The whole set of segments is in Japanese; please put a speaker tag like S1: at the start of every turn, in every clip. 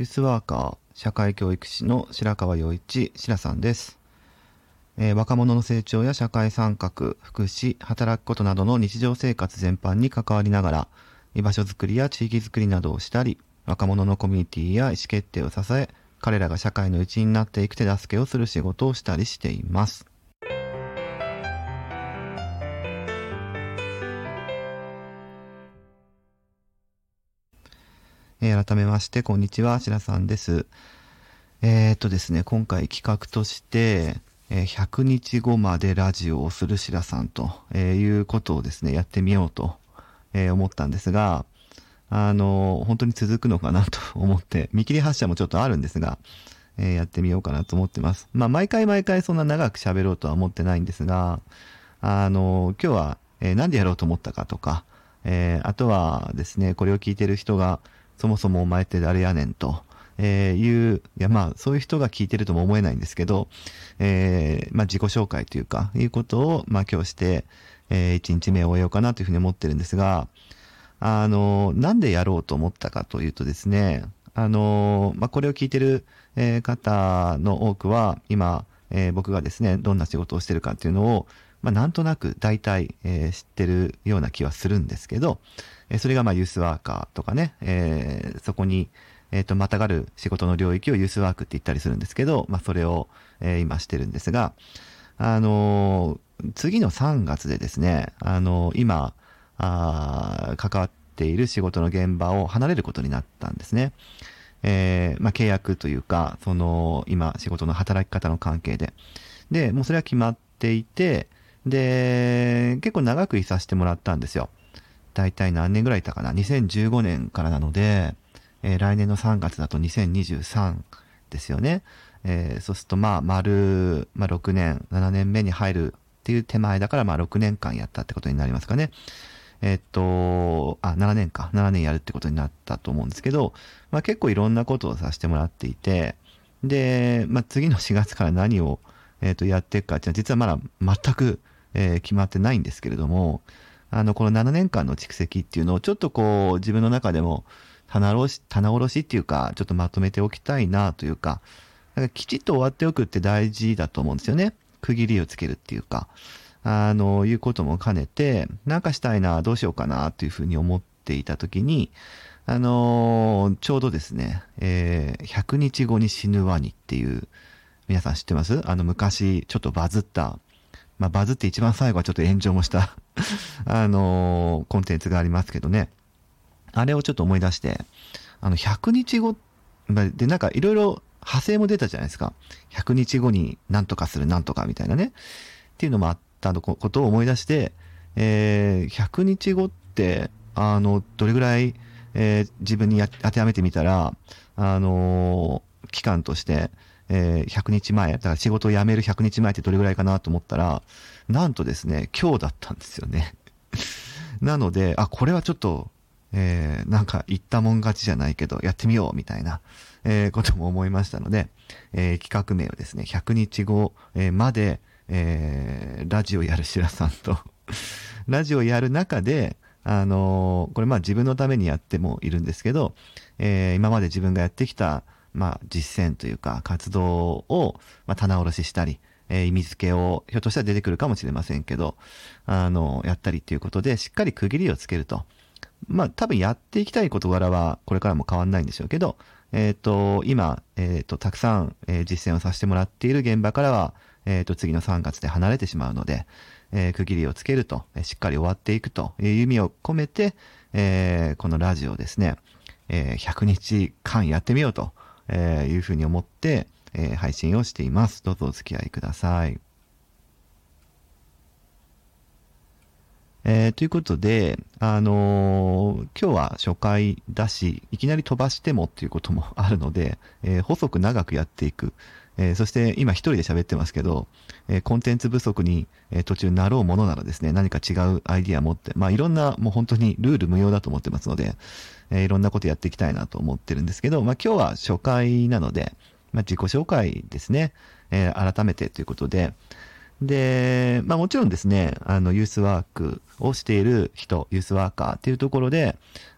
S1: ユースワーカー、社会教育士の白川陽一、白さんです。若者の成長や社会参画、福祉、働くことなどの日常生活全般に関わりながら、居場所づくりや地域づくりなどをしたり、若者のコミュニティや意思決定を支え、彼らが社会の一員になっていく手助けをする仕事をしたりしています。改めまして、こんにちは、白さんです。ですね、今回企画として、100日後までラジオをする白さんということをですね、やってみようと思ったんですが、本当に続くのかなと思って、見切り発車もちょっとあるんですが、やってみようかなと思ってます。まあ、毎回そんな長く喋ろうとは思ってないんですが、今日は、なんでやろうと思ったかとか、あとはですね、これを聞いてる人が、そもそもお前って誰やねんと、いやそういう人が聞いてるとも思えないんですけど、自己紹介というか、いうことを、今日して、1日目を終えようかなというふうに思ってるんですが、なんでやろうと思ったかというとですね、これを聞いてる、方の多くは、今、僕がですね、どんな仕事をしてるかっていうのを、なんとなく大体、知ってるような気はするんですけど、それがユースワーカーとかね、そこに、またがる仕事の領域をユースワークって言ったりするんですけど、それを、今してるんですが、次の3月でですね、今、関わっている仕事の現場を離れることになったんですね。契約というか、今仕事の働き方の関係で。で、もうそれは決まっていて、で、結構長くいさせてもらったんですよ。だいたい何年ぐらいいたかな ?2015 年からなので、来年の3月だと2023ですよね。そうすると丸、6年、7年目に入るっていう手前だから6年間やったってことになりますかね。7年か。7年やるってことになったと思うんですけど、結構いろんなことをさせてもらっていて、で、次の4月から何を、やっていくかっていうのは実はまだ全く、決まってないんですけれども、この7年間の蓄積っていうのをちょっと自分の中でも棚卸しっていうか、ちょっとまとめておきたいなというか、きちっと終わっておくって大事だと思うんですよね。区切りをつけるっていうか。いうことも兼ねて、なんかしたいな、どうしようかな、というふうに思っていたときに、ちょうどですね、100日後に死ぬワニっていう、皆さん知ってます？昔、ちょっとバズった、バズって一番最後はちょっと炎上もしたコンテンツがありますけどね。あれをちょっと思い出して、100日後、で、なんかいろいろ派生も出たじゃないですか。100日後になんとかするなんとかみたいなね。っていうのもあったことを思い出して、100日後って、どれぐらい、自分に当てはめてみたら、期間として、100日前、だから仕事を辞める100日前ってどれぐらいかなと思ったら、なんとですね、今日だったんですよね。なので、これはちょっと、なんか言ったもん勝ちじゃないけど、やってみようみたいな、ことも思いましたので、企画名をですね、100日後、まで、ラジオやる白さんとラジオやる中で、これ自分のためにやってもいるんですけど、今まで自分がやってきた、実践というか活動を、棚卸ししたり、意味付けをひょっとしたら出てくるかもしれませんけど、やったりっていうことでしっかり区切りをつけると。多分やっていきたい事柄はこれからも変わんないんでしょうけど、今、たくさん、実践をさせてもらっている現場からは、次の3月で離れてしまうので、区切りをつけると、しっかり終わっていくという意味を込めて、このラジオをですね、100日間やってみようというふうに思って、配信をしています。どうぞお付き合いください。ということで、今日は初回だし、いきなり飛ばしてもっていうこともあるので、細く長くやっていく。そして今一人で喋ってますけど、コンテンツ不足に、途中なろうものならですね、何か違うアイディア持って、いろんなもう本当にルール無用だと思ってますので、いろんなことやっていきたいなと思ってるんですけど、今日は初回なので、自己紹介ですね、改めてということで、で、もちろんですね、ユースワークをしている人、ユースワーカーっていうところで、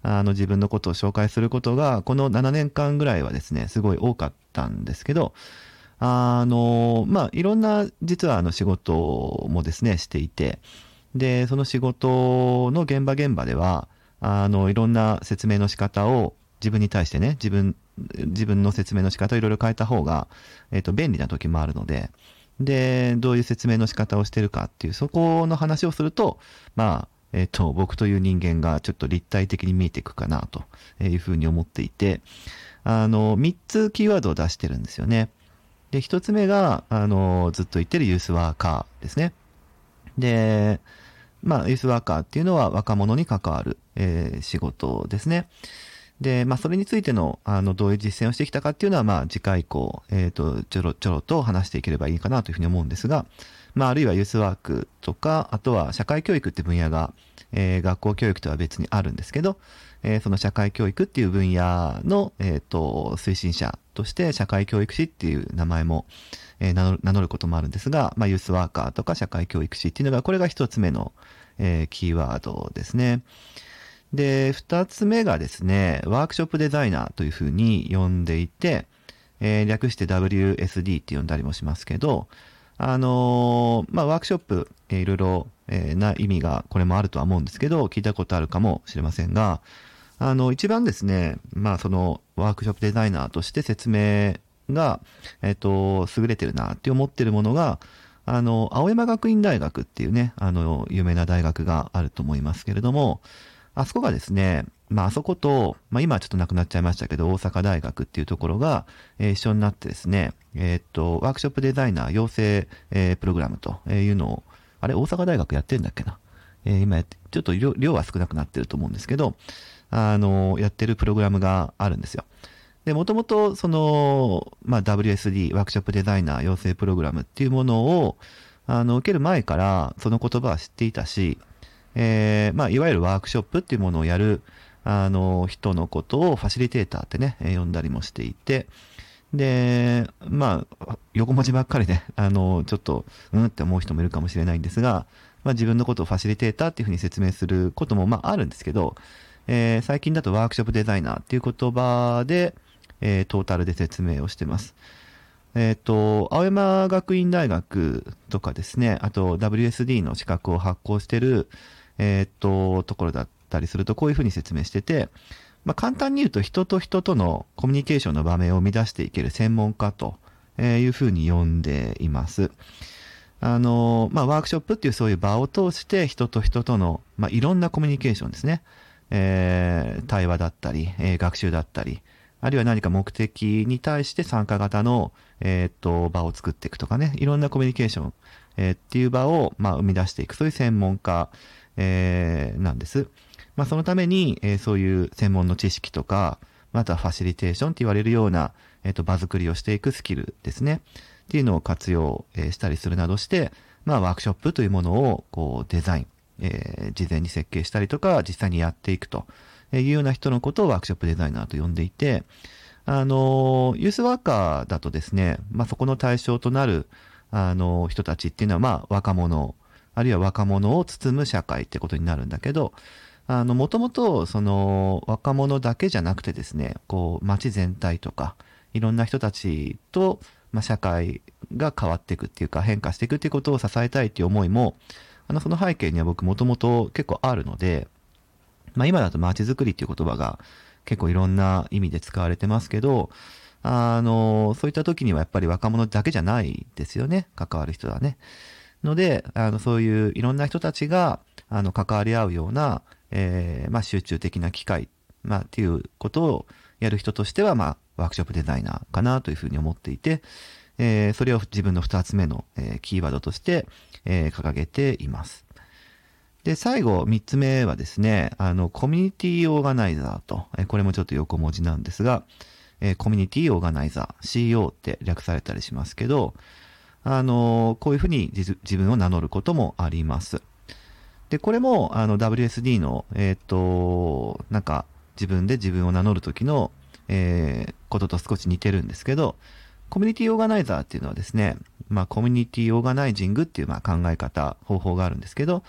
S1: 自分のことを紹介することが、この7年間ぐらいはですね、すごい多かったんですけど、いろんな、実は仕事もですね、していて、で、その仕事の現場現場では、いろんな説明の仕方を自分に対してね、自分の説明の仕方をいろいろ変えた方が、便利な時もあるので、で、どういう説明の仕方をしているかっていう、そこの話をすると、僕という人間がちょっと立体的に見えていくかなというふうに思っていて、3つキーワードを出してるんですよね。で、1つ目が、ずっと言ってるユースワーカーですね。で、ユースワーカーっていうのは若者に関わる、仕事ですね。で、それについての、どういう実践をしてきたかっていうのは、次回以降、ちょろと話していければいいかなというふうに思うんですが、あるいはユースワークとか、あとは社会教育って分野が、学校教育とは別にあるんですけど、その社会教育っていう分野の、推進者として社会教育士っていう名前も、名乗ることもあるんですが、ユースワーカーとか社会教育士っていうのが、これが一つ目の、キーワードですね。で、二つ目がですね、ワークショップデザイナーというふうに呼んでいて、略して WSD って呼んだりもしますけど、ワークショップ、いろいろ、な意味がこれもあるとは思うんですけど、聞いたことあるかもしれませんが、一番ですね、そのワークショップデザイナーとして説明が、優れてるなって思ってるものが、青山学院大学っていうね、有名な大学があると思いますけれども、あそこがですね、あそこと、今はちょっとなくなっちゃいましたけど、大阪大学っていうところが、一緒になってですね、ワークショップデザイナー養成、プログラムというのを、あれ、大阪大学やってんだっけな。今やって、ちょっと量は少なくなってると思うんですけど、やってるプログラムがあるんですよ。で、もともと、その、WSD、ワークショップデザイナー養成プログラムっていうものを、受ける前から、その言葉は知っていたし、いわゆるワークショップっていうものをやる、人のことをファシリテーターってね、呼んだりもしていて、で、横文字ばっかりね、ちょっと、って思う人もいるかもしれないんですが、自分のことをファシリテーターっていうふうに説明することも、あるんですけど、最近だとワークショップデザイナーっていう言葉で、トータルで説明をしてます。青山学院大学とかですね、あと WSD の資格を発行してる、ところだったりすると、こういうふうに説明してて、簡単に言うと人と人とのコミュニケーションの場面を生み出していける専門家というふうに呼んでいます。ワークショップっていうそういう場を通して人と人との、いろんなコミュニケーションですね。対話だったり、学習だったり、あるいは何か目的に対して参加型の、場を作っていくとかね、いろんなコミュニケーション、っていう場を、生み出していく、そういう専門家、なんです。そのために、そういう専門の知識とか、あとはファシリテーションって言われるような、場作りをしていくスキルですね。っていうのを活用、したりするなどして、ワークショップというものを、こう、デザイン、事前に設計したりとか、実際にやっていくというような人のことをワークショップデザイナーと呼んでいて、ユースワーカーだとですね、そこの対象となる、人たちっていうのは、若者、あるいは若者を包む社会ってことになるんだけど、もともと、その、若者だけじゃなくてですね、こう、街全体とか、いろんな人たちと、社会が変わっていくっていうか、変化していくっていうことを支えたいっていう思いも、その背景には僕もともと結構あるので、今だと街づくりっていう言葉が結構いろんな意味で使われてますけど、そういった時にはやっぱり若者だけじゃないですよね、関わる人はね。ので、そういういろんな人たちが、関わり合うような、集中的な機会、っていうことをやる人としては、ワークショップデザイナーかなというふうに思っていて、それを自分の二つ目の、キーワードとして、掲げています。で、最後、三つ目はですね、コミュニティオーガナイザーと、これもちょっと横文字なんですが、コミュニティオーガナイザー、CO って略されたりしますけど、こういうふうに自分を名乗ることもあります。で、これも、WSD の、なんか、自分で自分を名乗るときの、ことと少し似てるんですけど、コミュニティオーガナイザーっていうのはですね、コミュニティオーガナイジングっていう考え方、方法があるんですけど、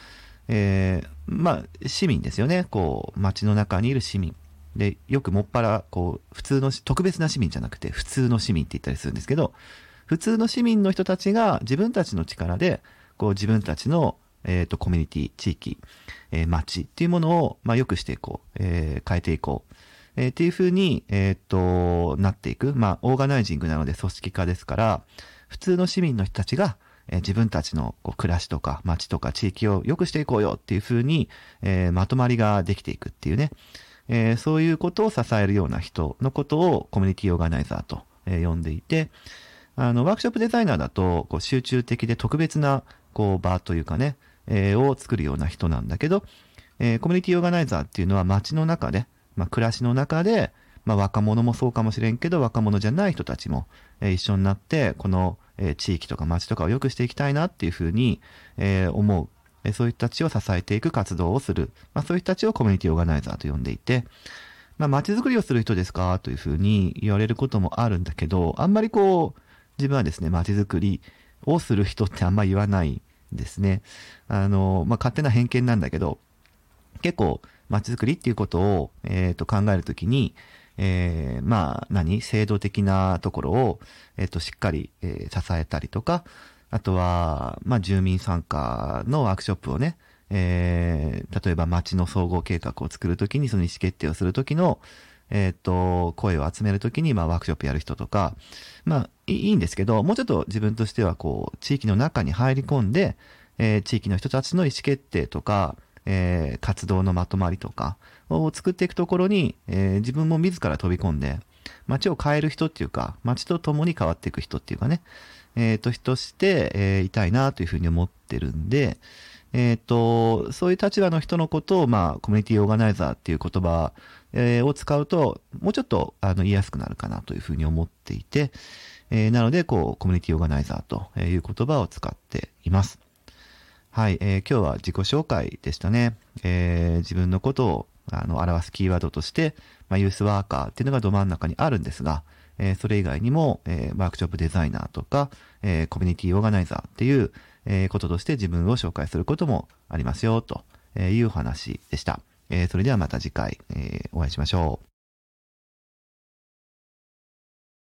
S1: 市民ですよね。こう、街の中にいる市民。で、よくもっぱら、こう、普通の、特別な市民じゃなくて、普通の市民って言ったりするんですけど、普通の市民の人たちが自分たちの力で、こう、自分たちの、コミュニティ、地域、街っていうものを、良くしていこう、変えていこう。っていうふうに、なっていく。オーガナイジングなので組織化ですから、普通の市民の人たちが、自分たちのこう暮らしとか街とか地域を良くしていこうよっていうふうに、まとまりができていくっていうね、そういうことを支えるような人のことをコミュニティオーガナイザーと、呼んでいて、ワークショップデザイナーだとこう集中的で特別なこう場というかね、を作るような人なんだけど、コミュニティオーガナイザーっていうのは街の中で、暮らしの中で、若者もそうかもしれんけど、若者じゃない人たちも、一緒になって、この、地域とか街とかを良くしていきたいなっていうふうに、思う。そういう人たちを支えていく活動をする。そういう人たちをコミュニティオーガナイザーと呼んでいて、街づくりをする人ですかというふうに言われることもあるんだけど、あんまりこう、自分はですね、街づくりをする人ってあんまり言わないですね。勝手な偏見なんだけど、結構、街づくりっていうことを、考えるときに、制度的なところを、しっかり、支えたりとか、あとは、住民参加のワークショップをね、例えば街の総合計画を作るときに、その意思決定をするときの、声を集めるときに、ワークショップやる人とか、いいんですけど、もうちょっと自分としては、こう、地域の中に入り込んで、地域の人たちの意思決定とか、活動のまとまりとかを作っていくところに、自分も自ら飛び込んで、街を変える人っていうか、街と共に変わっていく人っていうかね、として、いたいなというふうに思ってるんで、そういう立場の人のことを、コミュニティオーガナイザーっていう言葉、を使うと、もうちょっと、言いやすくなるかなというふうに思っていて、なので、こう、コミュニティオーガナイザーという言葉を使っています。はい、今日は自己紹介でしたね。自分のことを表すキーワードとして、ユースワーカーっていうのがど真ん中にあるんですが、それ以外にも、ワークショップデザイナーとか、コミュニティオーガナイザーっていう、こととして自分を紹介することもありますよというお話でした。それではまた次回、お会いしましょう。